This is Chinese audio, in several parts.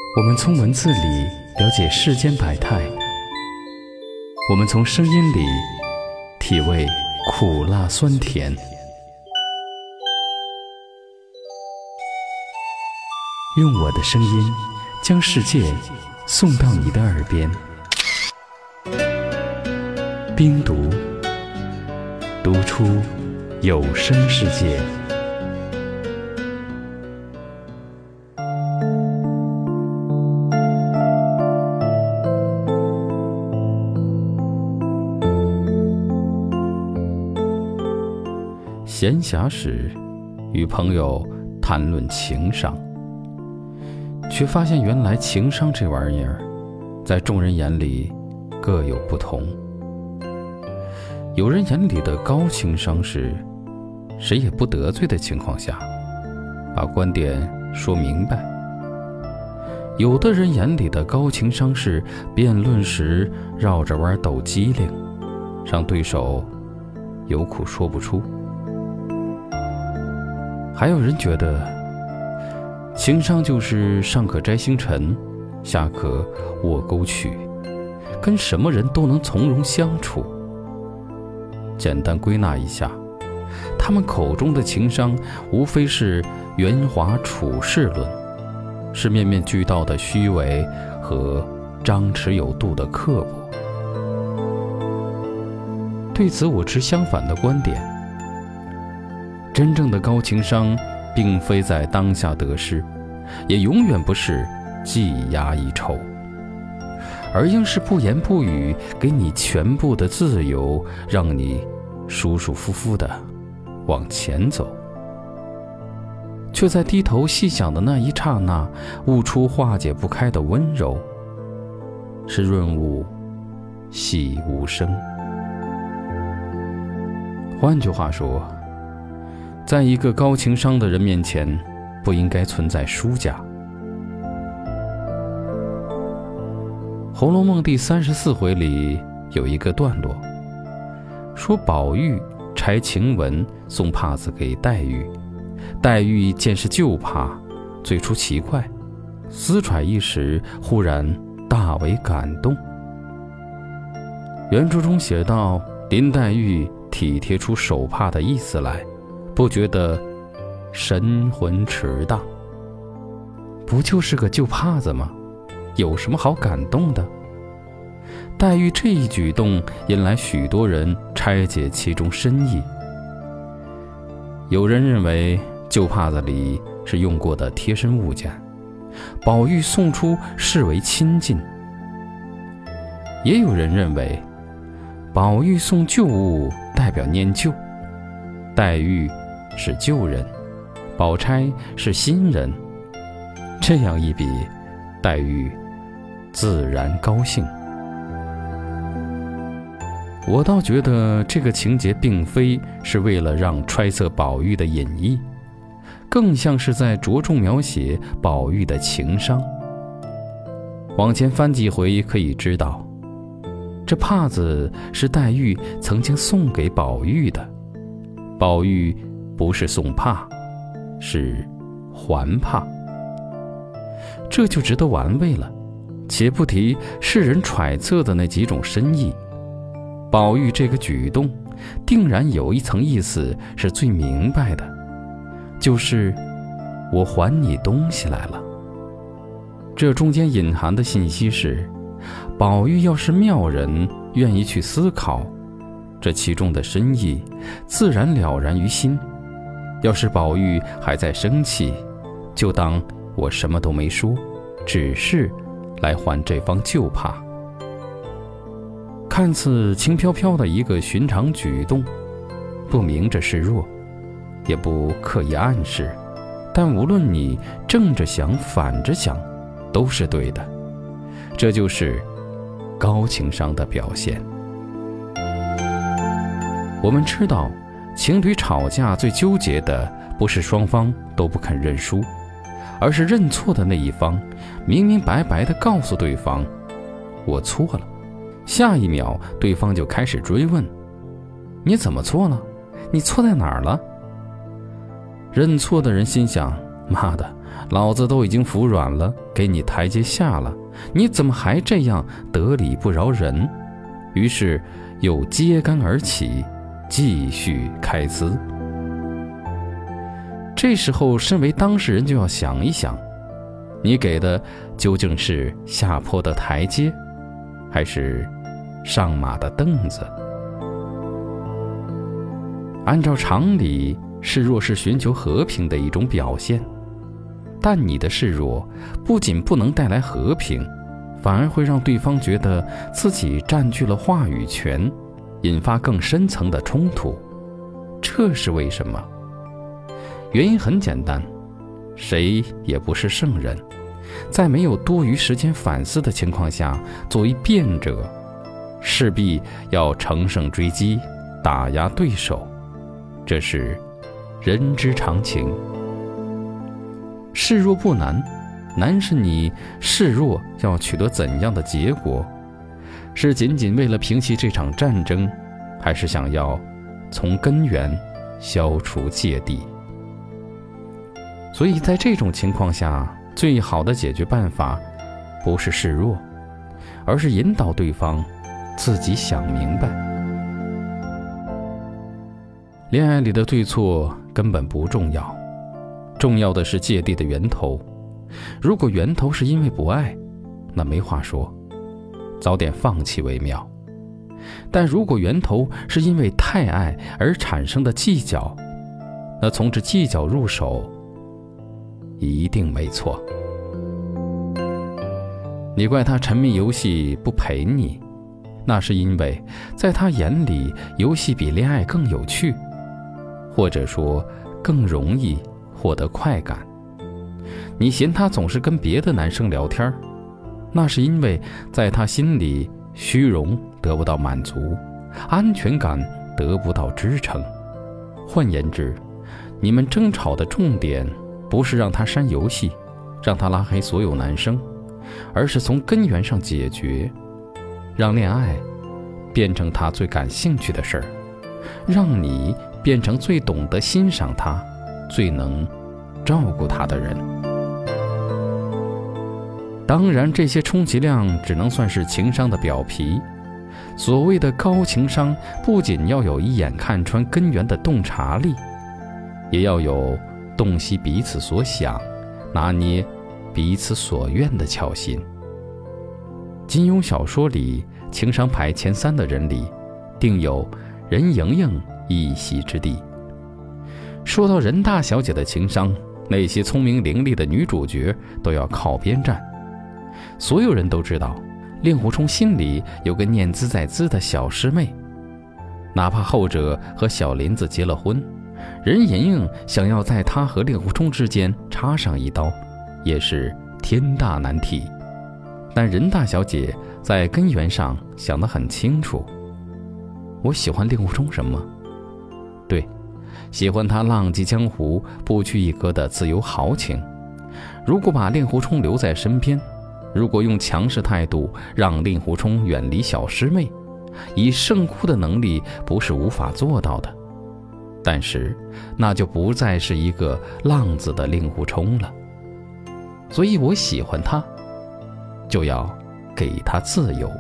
我们从文字里了解世间百态，我们从声音里体味苦辣酸甜。用我的声音将世界送到你的耳边。冰读，读出有声世界。闲暇时，与朋友谈论情商，却发现原来情商这玩意儿，在众人眼里各有不同。有人眼里的高情商是谁也不得罪的情况下，把观点说明白；有的人眼里的高情商是辩论时绕着弯斗机灵，让对手有苦说不出。还有人觉得情商就是上可摘星辰，下可卧沟曲，跟什么人都能从容相处。简单归纳一下，他们口中的情商无非是圆滑处世论，是面面俱到的虚伪和张弛有度的刻薄。对此我持相反的观点，真正的高情商并非在当下得失，也永远不是技压一筹，而应是不言不语，给你全部的自由，让你舒舒服服地往前走，却在低头细想的那一刹那，悟出化解不开的温柔，是润物细无声。换句话说，在一个高情商的人面前，不应该存在输家。《红楼梦》第34回里有一个段落，说宝玉拆晴雯送帕子给黛玉，黛玉见是旧帕，最初奇怪，思揣一时，忽然大为感动。原著中写道，林黛玉体贴出手帕的意思来，不觉得神魂迟荡。不就是个旧帕子吗？有什么好感动的？黛玉这一举动引来许多人拆解其中深意。有人认为旧帕子里是用过的贴身物件，宝玉送出视为亲近。也有人认为宝玉送旧物代表念旧，黛玉是旧人，宝钗是新人，这样一比，黛玉自然高兴。我倒觉得这个情节并非是为了让揣测宝玉的隐意，更像是在着重描写宝玉的情商。往前翻几回可以知道，这帕子是黛玉曾经送给宝玉的，宝玉不是送帕，是还帕，这就值得玩味了。且不提世人揣测的那几种深意，宝玉这个举动定然有一层意思是最明白的，就是我还你东西来了。这中间隐含的信息是，宝玉要是妙人，愿意去思考，这其中的深意自然了然于心。要是宝玉还在生气，就当我什么都没说，只是来还这方旧帕。看似轻飘飘的一个寻常举动，不明着示弱，也不刻意暗示，但无论你正着想反着想，都是对的。这就是高情商的表现。我们知道，情侣吵架最纠结的不是双方都不肯认输，而是认错的那一方明明白白地告诉对方我错了，下一秒对方就开始追问，你怎么错了？你错在哪儿了？认错的人心想， 妈的，老子都已经服软了，给你台阶下了，你怎么还这样得理不饶人？于是又揭竿而起，继续开撕。这时候身为当事人就要想一想，你给的究竟是下坡的台阶，还是上马的凳子？按照常理，示弱是寻求和平的一种表现，但你的示弱不仅不能带来和平，反而会让对方觉得自己占据了话语权，引发更深层的冲突。这是为什么？原因很简单，谁也不是圣人，在没有多余时间反思的情况下，作为辩者，势必要乘胜追击，打压对手，这是人之常情。示弱不难，难是你示弱要取得怎样的结果？是仅仅为了平息这场战争，还是想要从根源消除芥蒂？所以在这种情况下，最好的解决办法不是示弱，而是引导对方自己想明白。恋爱里的对错根本不重要，重要的是芥蒂的源头。如果源头是因为不爱，那没话说，早点放弃为妙。但如果源头是因为太爱而产生的计较，那从这计较入手一定没错。你怪他沉迷游戏不陪你，那是因为在他眼里游戏比恋爱更有趣，或者说更容易获得快感。你嫌他总是跟别的男生聊天，那是因为在他心里虚荣得不到满足，安全感得不到支撑。换言之，你们争吵的重点不是让他删游戏，让他拉黑所有男生，而是从根源上解决，让恋爱变成他最感兴趣的事儿，让你变成最懂得欣赏他、最能照顾他的人。当然，这些充其量只能算是情商的表皮。所谓的高情商，不仅要有一眼看穿根源的洞察力，也要有洞悉彼此所想、拿捏彼此所愿的巧心。金庸小说里情商排前3的人里，定有任盈盈一席之地。说到任大小姐的情商，那些聪明伶俐的女主角都要靠边站。所有人都知道，令狐冲心里有个念兹在兹的小师妹，哪怕后者和小林子结了婚，任盈盈想要在他和令狐冲之间插上一刀，也是天大难题。但任大小姐在根源上想得很清楚，我喜欢令狐冲什么？对，喜欢他浪迹江湖、不拘一格的自由豪情。如果把令狐冲留在身边，如果用强势态度让令狐冲远离小师妹，以圣姑的能力不是无法做到的，但是那就不再是一个浪子的令狐冲了。所以我喜欢他，就要给他自由。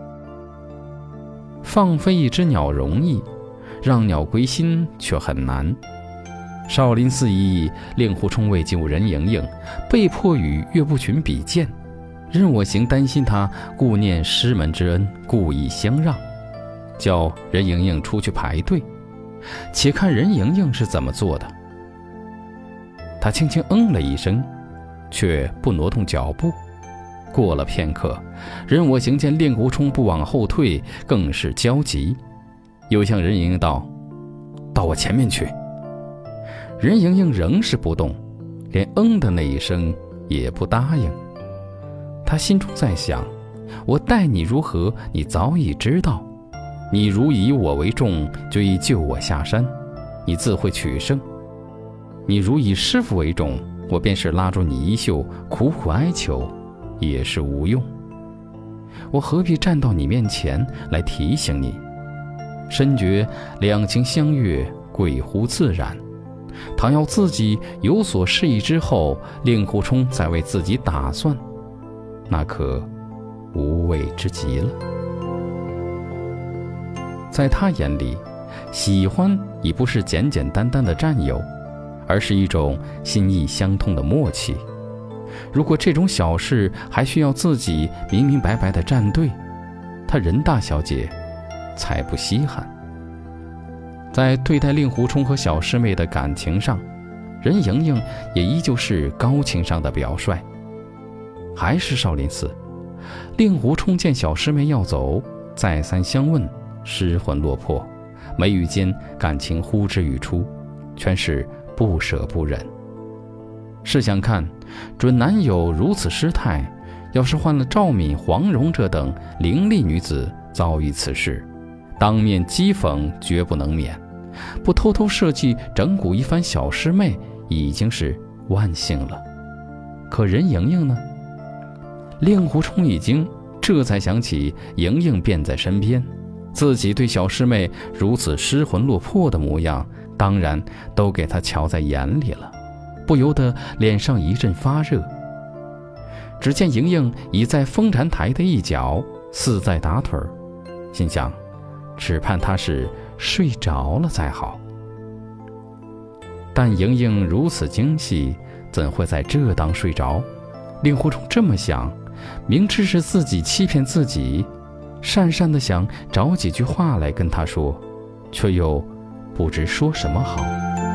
放飞一只鸟容易，让鸟归心却很难。少林寺一役，令狐冲为救任盈盈，被迫与岳不群比剑。任我行担心他顾念师门之恩，故意相让，叫任盈盈出去排队。且看任盈盈是怎么做的。他轻轻了一声，却不挪动脚步。过了片刻，任我行见令狐冲不往后退，更是焦急，又向任盈盈道：“到我前面去。”任盈盈仍是不动，连的那一声也不答应。他心中在想，我待你如何，你早已知道。你如以我为重，就以救我下山，你自会取胜；你如以师父为重，我便是拉住你衣袖，苦苦哀求，也是无用。我何必站到你面前来提醒你？深觉两情相悦，贵乎自然。 倘要自己有所示意之后，令狐冲再为自己打算，那可无谓之极了。在他眼里，喜欢已不是简简单单的占有，而是一种心意相通的默契。如果这种小事还需要自己明明白白的站队，他任大小姐才不稀罕。在对待令狐冲和小师妹的感情上，任盈盈也依旧是高情商的表率。还是少林寺，令狐冲见小师妹要走，再三相问，失魂落魄，眉宇间感情呼之欲出，全是不舍不忍。试想看，准男友如此失态，要是换了赵敏、黄蓉这等伶俐女子遭遇此事，当面讥讽绝不能免，不偷偷设计整蛊一番小师妹已经是万幸了。可任盈盈呢？令狐冲一惊，这才想起盈盈便在身边，自己对小师妹如此失魂落魄的模样，当然都给他瞧在眼里了，不由得脸上一阵发热。只见盈盈已在风禅台的一角似在打盹儿，心想只盼他是睡着了才好。但盈盈如此精细，怎会在这当睡着？令狐冲这么想，明知是自己欺骗自己，讪讪地想找几句话来跟他说，却又不知说什么好。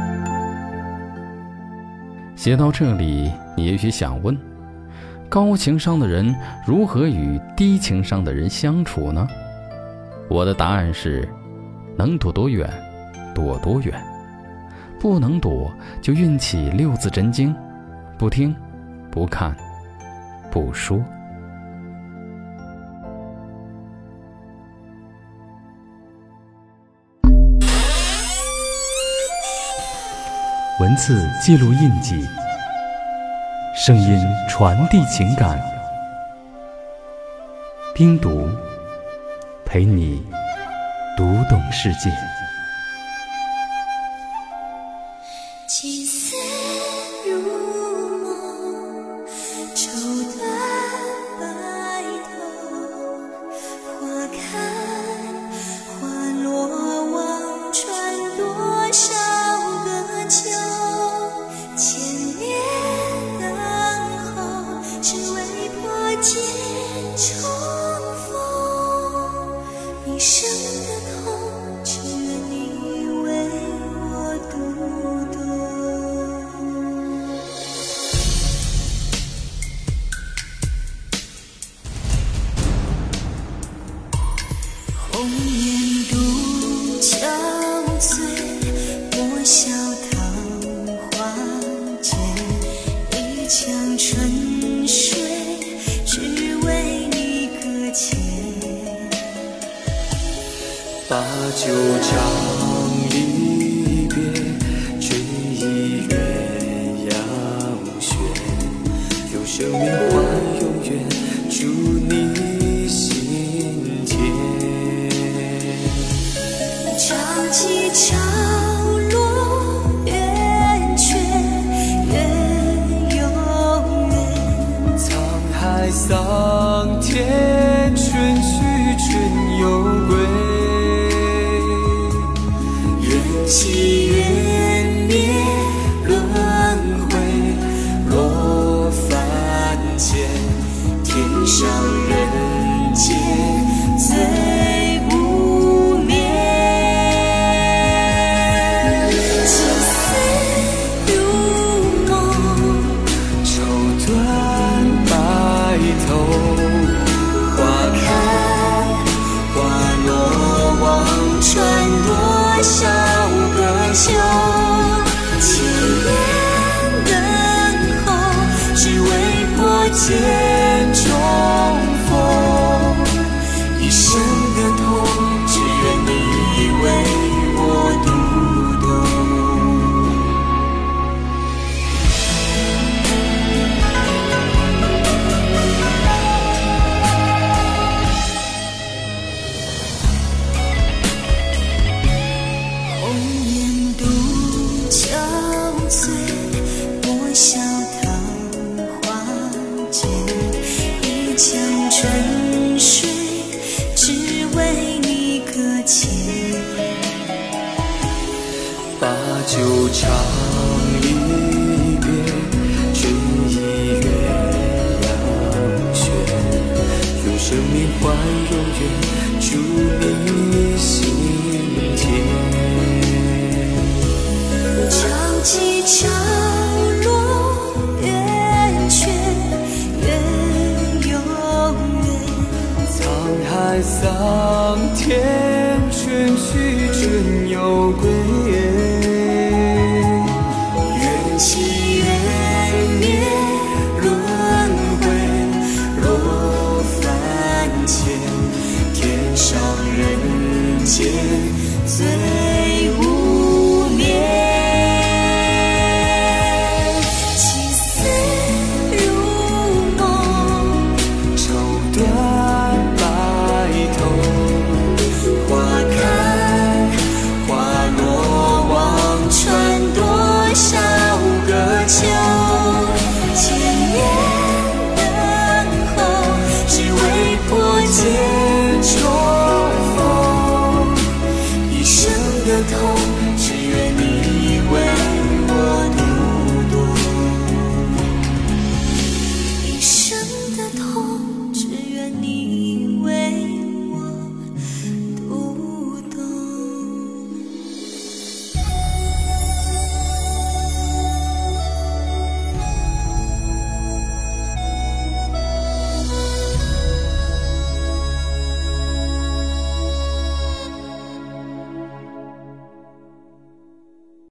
写到这里，你也许想问，高情商的人如何与低情商的人相处呢？我的答案是，能躲多远躲多远，不能躲就运起六字真经，不听不看不说。 文字记录印记，声音传递情感。冰读陪你读懂世界。 青丝如梦，绸缎白头，花开花落，望穿多少个秋，千年等候，只为破茧重逢，一生的痛，只你为我读懂。红颜独憔悴，莫笑桃花贱，一腔春水，只为你搁浅。 把酒长离别，追忆鸳鸯轩，有生命换永远，祝你心田。 潮起潮落圆缺，缘永远。 沧海桑田，春去春又归。 酒唱离别，追忆鸳鸯雪，用生命换永远，祝你心田。 唱起唱